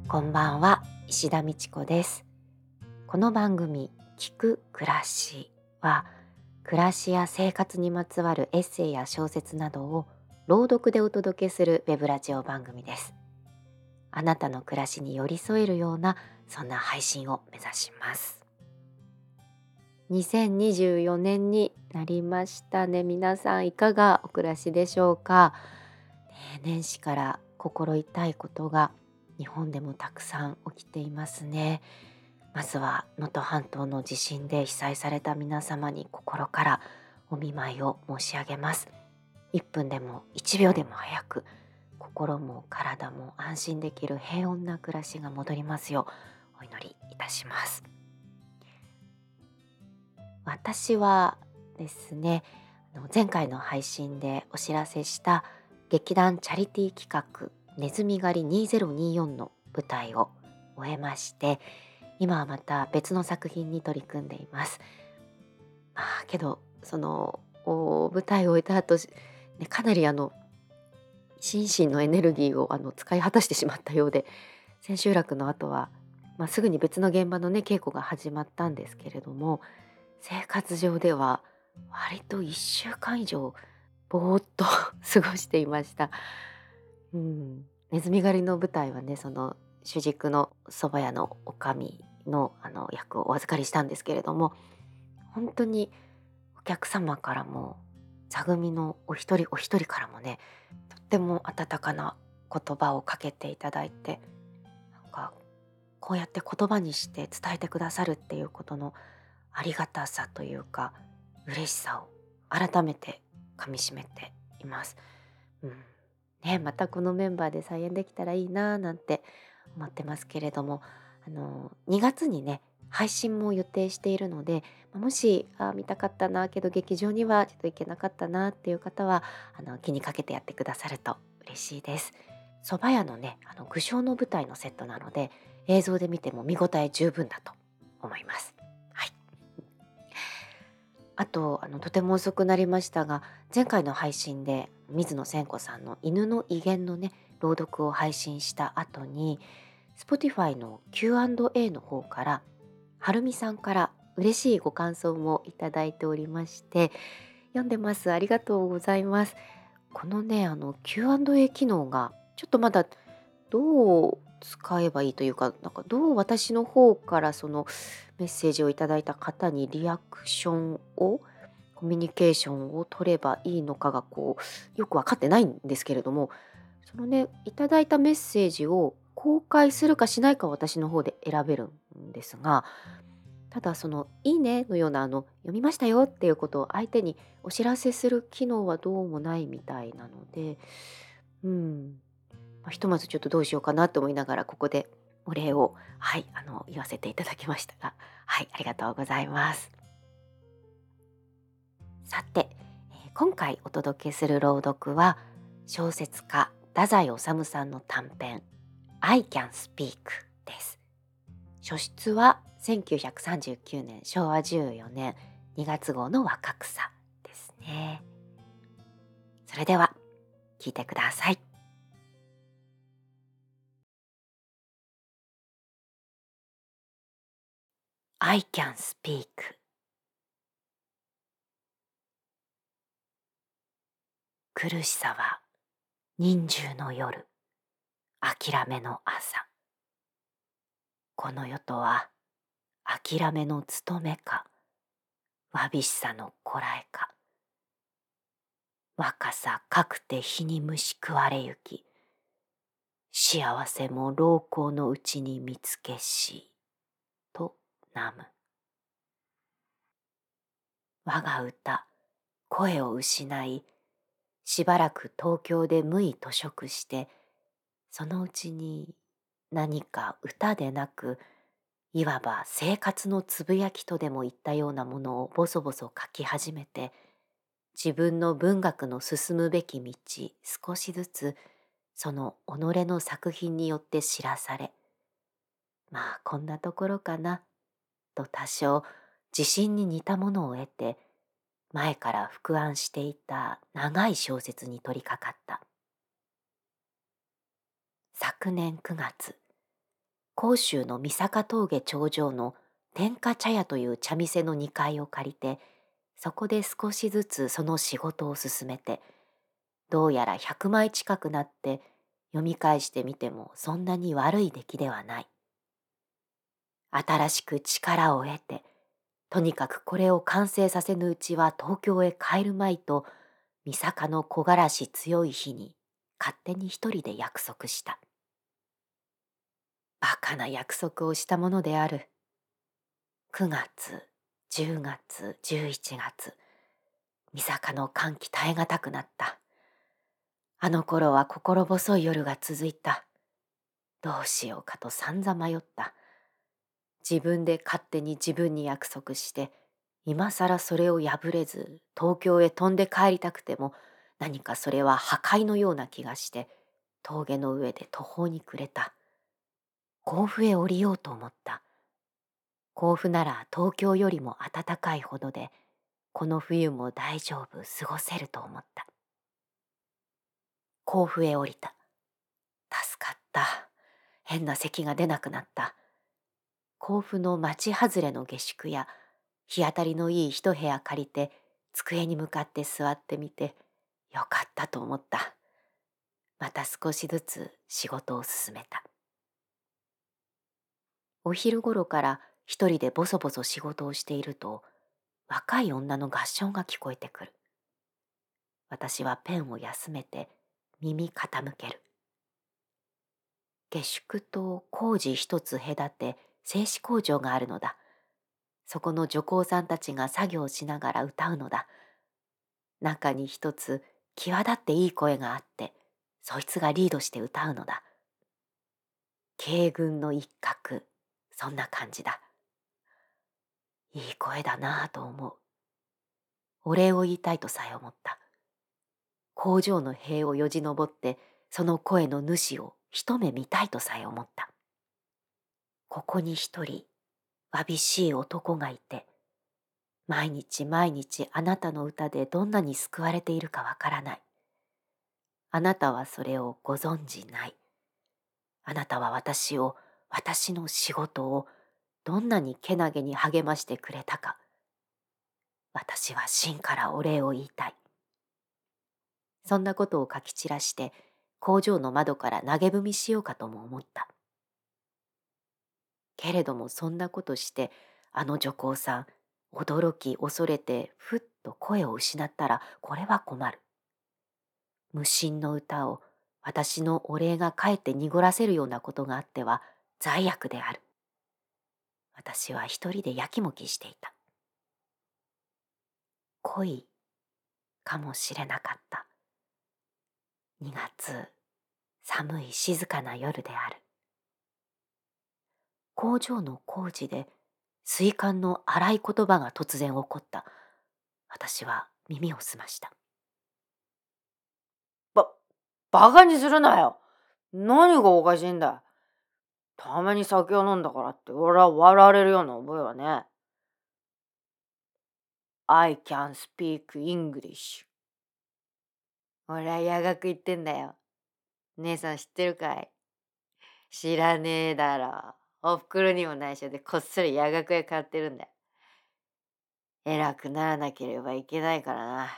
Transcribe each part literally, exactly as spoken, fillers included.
こんばんは、石田美智子です。この番組聞く暮らしは、暮らしや生活にまつわるエッセイや小説などを朗読でお届けするウェブラジオ番組です。あなたの暮らしに寄り添えるような、そんな配信を目指します。にせんにじゅうよねんになりましたね。皆さんいかがお暮らしでしょうか。ね、年始から心痛いことが日本でもたくさん起きていますね。まずは能登半島の地震で被災された皆様に心からお見舞いを申し上げます。いっぷんでもいちびょうでも早く、心も体も安心できる平穏な暮らしが戻りますようお祈りいたします。私はですね、あの前回の配信でお知らせした劇団チャリティー企画ネズミ狩りにせんにじゅうよんの舞台を終えまして、今はまた別の作品に取り組んでいます。まあけどそのお舞台を終えた後、しね、かなりあの心身のエネルギーをあの使い果たしてしまったようで、千秋楽の後は、まあ、すぐに別の現場のね稽古が始まったんですけれども、生活上では割といっしゅうかん以上ぼーっと過ごしていました。うん、ネズミ狩りの舞台はね、その主軸の蕎麦屋のおかみのあの役をお預かりしたんですけれども、本当にお客様からも座組のお一人お一人からもね、とっても温かな言葉をかけていただいて、なんかこうやって言葉にして伝えてくださるっていうことのありがたさというか嬉しさを改めてかみしめています。うんね、またこのメンバーで再演できたらいいななんて思ってますけれども、あのにがつにね配信も予定しているので、もしあ見たかったなけど劇場にはちょっと行けなかったなっていう方は、あの気にかけてやってくださると嬉しいです。蕎麦屋のねあの具象の舞台のセットなので、映像で見ても見応え十分だと思います。はい。あとあのとても遅くなりましたが、前回の配信で水野千子さんの犬の威厳のね朗読を配信した後に、 Spotify の キューアンドエー の方からはるみさんから嬉しいご感想もいただいておりまして、読んでます。ありがとうございます。このねあの キューアンドエー 機能がちょっとまだどう使えばいいというか、なんかどう私の方からそのメッセージをいただいた方にリアクションをコミュニケーションを取ればいいのかがこうよく分かってないんですけれども、そのねいただいたメッセージを公開するかしないかは私の方で選べるんですが、ただその「いいね」のようなあの「読みましたよ」っていうことを相手にお知らせする機能はどうもないみたいなので、うん、まあ、ひとまずちょっとどうしようかなと思いながら、ここでお礼を、はい、あの言わせていただきましたが、はい、ありがとうございます。さて、えー今回お届けする朗読は小説家太宰治さんの短編「I Can Speak」です。初出はせんきゅうひゃくさんじゅうきゅうねんしょうわじゅうよねんにがつ号の若草ですね。それでは聞いてください。I can speak。 苦しさは忍獣の夜、諦めの朝。この世とは諦めの務めか、わびしさのこらえか。若さかくて火に虫食われゆき、幸せも老行のうちに見つけし、となむ。我が歌、声を失い、しばらく東京で無意図食して、そのうちに何か歌でなく、いわば生活のつぶやきとでもいったようなものをボソボソ書き始めて、自分の文学の進むべき道少しずつその己の作品によって知らされ、まあこんなところかなと多少自信に似たものを得て、前から伏案していた長い小説に取り掛かった。昨年くがつ、 甲州の三坂峠頂上の天下茶屋という茶店のにかいを借りて、そこで少しずつその仕事を進めて、どうやらひゃくまい近くなって読み返してみてもそんなに悪い出来ではない。新しく力を得て、とにかくこれを完成させぬうちは東京へ帰るまいと、三坂の木枯らし強い日に勝手に一人で約束した。バカな約束をしたものである。くがつ、じゅうがつ、じゅういちがつ、三坂の寒気耐えがたくなった。あの頃は心細い夜が続いた。どうしようかと散々迷った。自分で勝手に自分に約束して、今さらそれを破れず東京へ飛んで帰りたくても、何かそれは破壊のような気がして、峠の上で途方に暮れた。甲府へ降りようと思った。甲府なら東京よりも暖かいほどで、この冬も大丈夫過ごせると思った。甲府へ降りた。助かった。変な咳が出なくなった。甲府の町外れの下宿や日当たりのいい一部屋借りて机に向かって座ってみて、よかったと思った。また少しずつ仕事を進めた。お昼ごろから一人でボソボソ仕事をしていると、若い女の合唱が聞こえてくる。私はペンを休めて耳傾ける。下宿と工事一つ隔て製紙工場があるのだ。そこの女工さんたちが作業をしながら歌うのだ。中に一つ際立っていい声があって、そいつがリードして歌うのだ。軽軍の一角、そんな感じだ。いい声だなぁと思う。お礼を言いたいとさえ思った。工場の塀をよじ登って、その声の主を一目見たいとさえ思った。ここに一人、わびしい男がいて、毎日毎日あなたの歌でどんなに救われているかわからない。あなたはそれをご存じない。あなたは私を、私の仕事をどんなにけなげに励ましてくれたか。私は真からお礼を言いたい。そんなことを書き散らして工場の窓から投げ踏みしようかとも思った。けれどもそんなことしてあの女工さん、驚き恐れてふっと声を失ったらこれは困る。無心の歌を私のお礼がかえって濁らせるようなことがあっては罪悪である。私は一人でやきもきしていた。恋かもしれなかった。にがつ、寒い静かな夜である。工場の工事で水管の荒い言葉が突然起こった。私は耳を澄ました。ば、バカにするなよ。何がおかしいんだ。たまに酒を飲んだからって俺は笑われるような覚えはね。I can speak English。俺は夜学行ってんだよ。姉さん知ってるかい？知らねえだろ。おふくろにも内緒でこっそり夜学へ通ってるんだよ。偉くならなければいけないからな。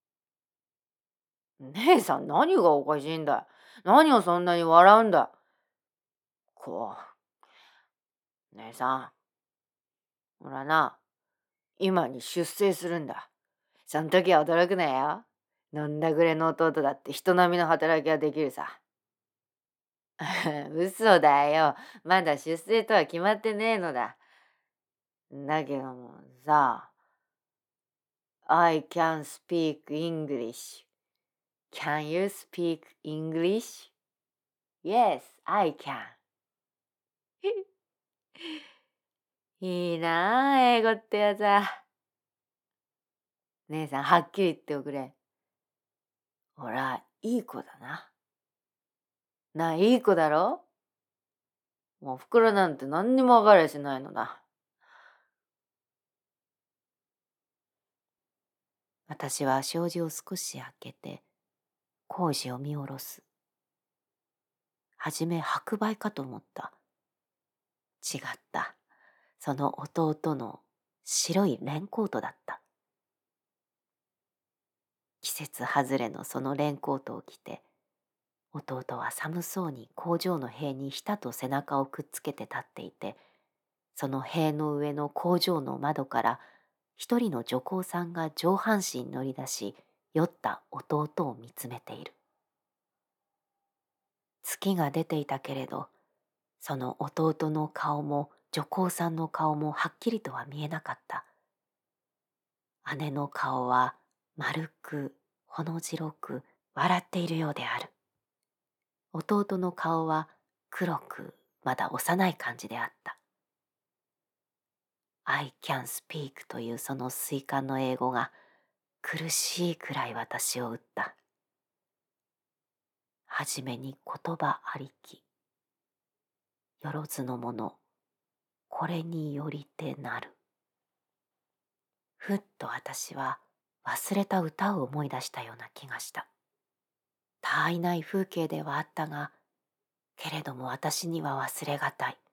姉さん何がおかしいんだ。何をそんなに笑うんだ。こう、姉さん、ほらな、今に出征するんだ。そん時は驚くなよ。飲んだくれの弟だって人並みの働きはできるさ。嘘だよ。まだ出征とは決まってねえのだ。だけどもさ、I can speak English. Can you speak English? Yes, I can. いいなあ、英語ってやつは。姉さん、はっきり言っておくれ。ほら、いい子だな。なあ、いい子だろ？もう袋なんて何にもわかりゃしないのだ。私は障子を少し開けて工事を見下ろす。はじめ白梅かと思った。 違った。その弟の白いレンコートだった。季節外れのそのレンコートを着て、弟は寒そうに工場の塀にひたと背中をくっつけて立っていて、その塀の上の工場の窓から一人の女工さんが上半身乗り出し、酔った弟を見つめている。月が出ていたけれど、その弟の顔も女工さんの顔もはっきりとは見えなかった。姉の顔は丸くほの白く笑っているようである。弟の顔は黒くまだ幼い感じであった。I can speak というその水管の英語が苦しいくらい私を打った。はじめに言葉ありき。よろずのもの、これによりてなる。ふっと私は忘れた歌を思い出したような気がした。他愛ない風景ではあったが、けれども私には忘れがたい。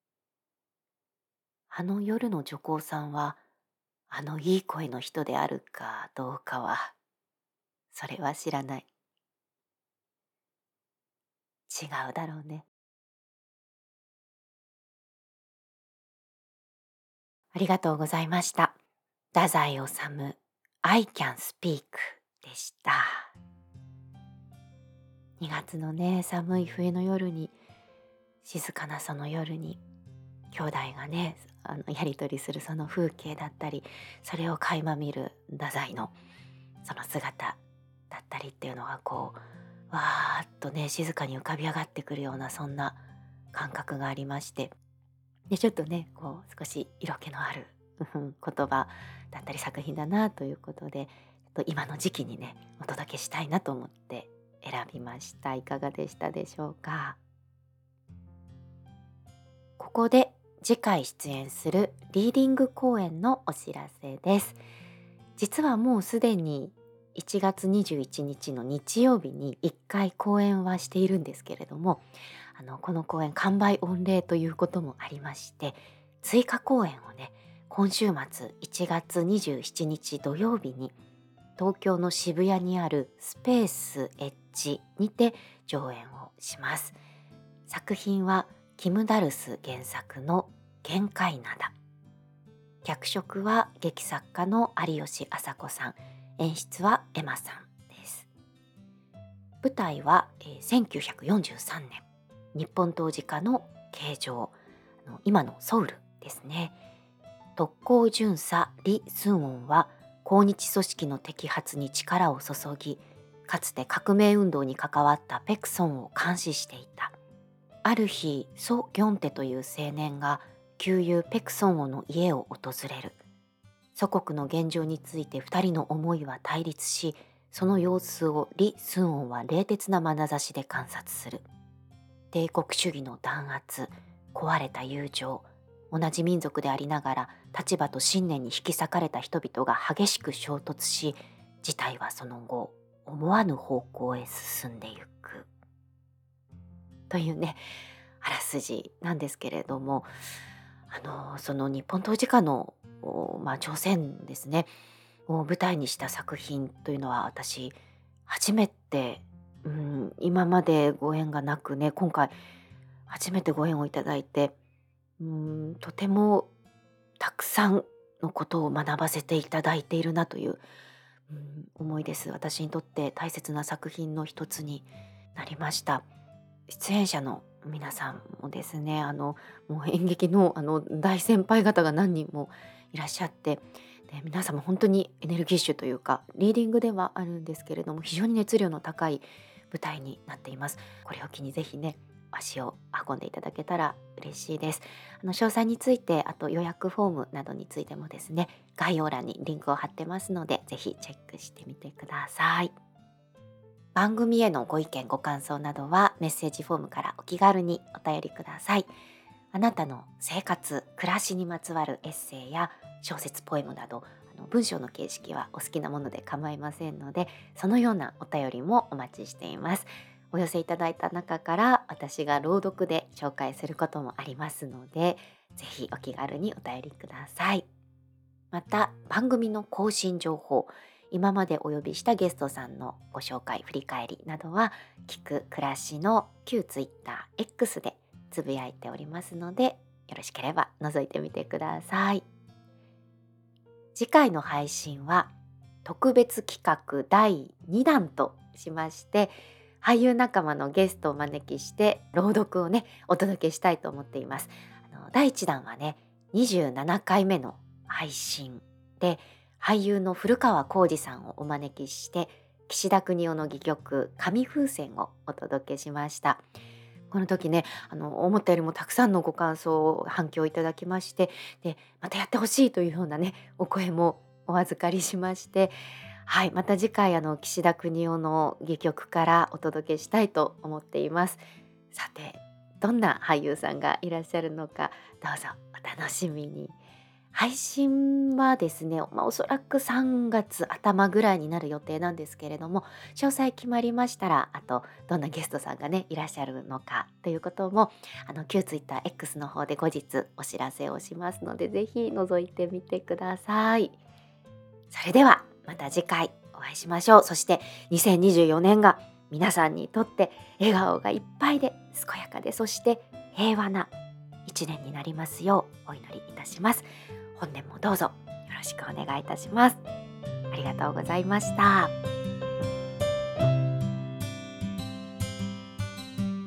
あの夜の女工さんは、あのいい声の人であるかどうかは、それは知らない。違うだろうね。ありがとうございました。太宰治 I can speak でした。にがつのね、寒い冬の夜に、静かなその夜に、兄弟がね、あのやり取りするその風景だったり、それを垣間見る太宰のその姿だったりっていうのがこう、わーっとね、静かに浮かび上がってくるようなそんな感覚がありまして、でちょっとね、こう少し色気のある言葉だったり作品だなということで、今の時期にね、お届けしたいなと思って選びました。いかがでしたでしょうか。ここで次回出演するリーディング公演のお知らせです。実はもうすでにいちがつにじゅういちにちの日曜日にいっかい公演はしているんですけれども、あのこの公演完売御礼ということもありまして、追加公演をね、今週末いちがつにじゅうしちにち土曜日に東京の渋谷にあるスペースエッジにて上演をします。作品はキム・ダルス原作の限界灘。脚色は劇作家の有吉麻子さん、演出はエマさんです。舞台は、えー、せんきゅうひゃくよんじゅうさんねん、日本当時化の形状、あの今のソウルですね。特攻巡査リ・スンウォンは抗日組織の摘発に力を注ぎ、かつて革命運動に関わったペクソンを監視していた。ある日、ソ・ギョンテという青年が旧友ペクソンオの家を訪れる。祖国の現状について二人の思いは対立し、その様子をリ・スンオンは冷徹な眼差しで観察する。帝国主義の弾圧、壊れた友情、同じ民族でありながら立場と信念に引き裂かれた人々が激しく衝突し、事態はその後思わぬ方向へ進んでゆくというね、あらすじなんですけれども、あのその日本当時化の、まあ、朝鮮ですねを舞台にした作品というのは私初めて、うん、今までご縁がなくね、今回初めてご縁をいただいて、うん、とてもたくさんのことを学ばせていただいているなという、うん、思いです。私にとって大切な作品の一つになりました。出演者の皆さんもですね、あのもう演劇のあの大先輩方が何人もいらっしゃって、で皆様本当にエネルギッシュというか、リーディングではあるんですけれども、非常に熱量の高い舞台になっています。これを機にぜひね、足を運んでいただけたら嬉しいです。あの詳細について、あと予約フォームなどについてもですね、概要欄にリンクを貼ってますので、ぜひチェックしてみてください。番組へのご意見ご感想などはメッセージフォームからお気軽にお便りください。あなたの生活、暮らしにまつわるエッセイや小説、ポエムなど、あの文章の形式はお好きなもので構いませんので、そのようなお便りもお待ちしています。 お寄せいただいた中から私が朗読で紹介することもありますので、ぜひお気軽にお便りください。また番組の更新情報、今までお呼びしたゲストさんのご紹介、振り返りなどは聞く暮らしの旧ツイッター X でつぶやいておりますので、よろしければ覗いてみてください。次回の配信は特別企画だいにだんとしまして、俳優仲間のゲストをお招きして朗読をねお届けしたいと思っています。あのだいいちだんはねにじゅうななかいめの配信で、俳優の古川浩二さんをお招きして岸田國夫の戯曲紙風船をお届けしました。この時ね、あの思ったよりもたくさんのご感想反響いただきまして、でまたやってほしいというようなねお声もお預かりしまして、はい、また次回あの岸田國夫の戯曲からお届けしたいと思っています。さて、どんな俳優さんがいらっしゃるのか、どうぞお楽しみに。配信はですね、まあ、おそらくさんがつ頭ぐらいになる予定なんですけれども、詳細決まりましたら、あとどんなゲストさんがねいらっしゃるのかということも、あの旧 Twitter X の方で後日お知らせをしますので、ぜひ覗いてみてください。それではまた次回お会いしましょう。そしてにせんにじゅうよねんが皆さんにとって笑顔がいっぱいで健やかで、そして平和ないちねんになりますようお祈りいたします。本年もどうぞよろしくお願いいたします。ありがとうございました。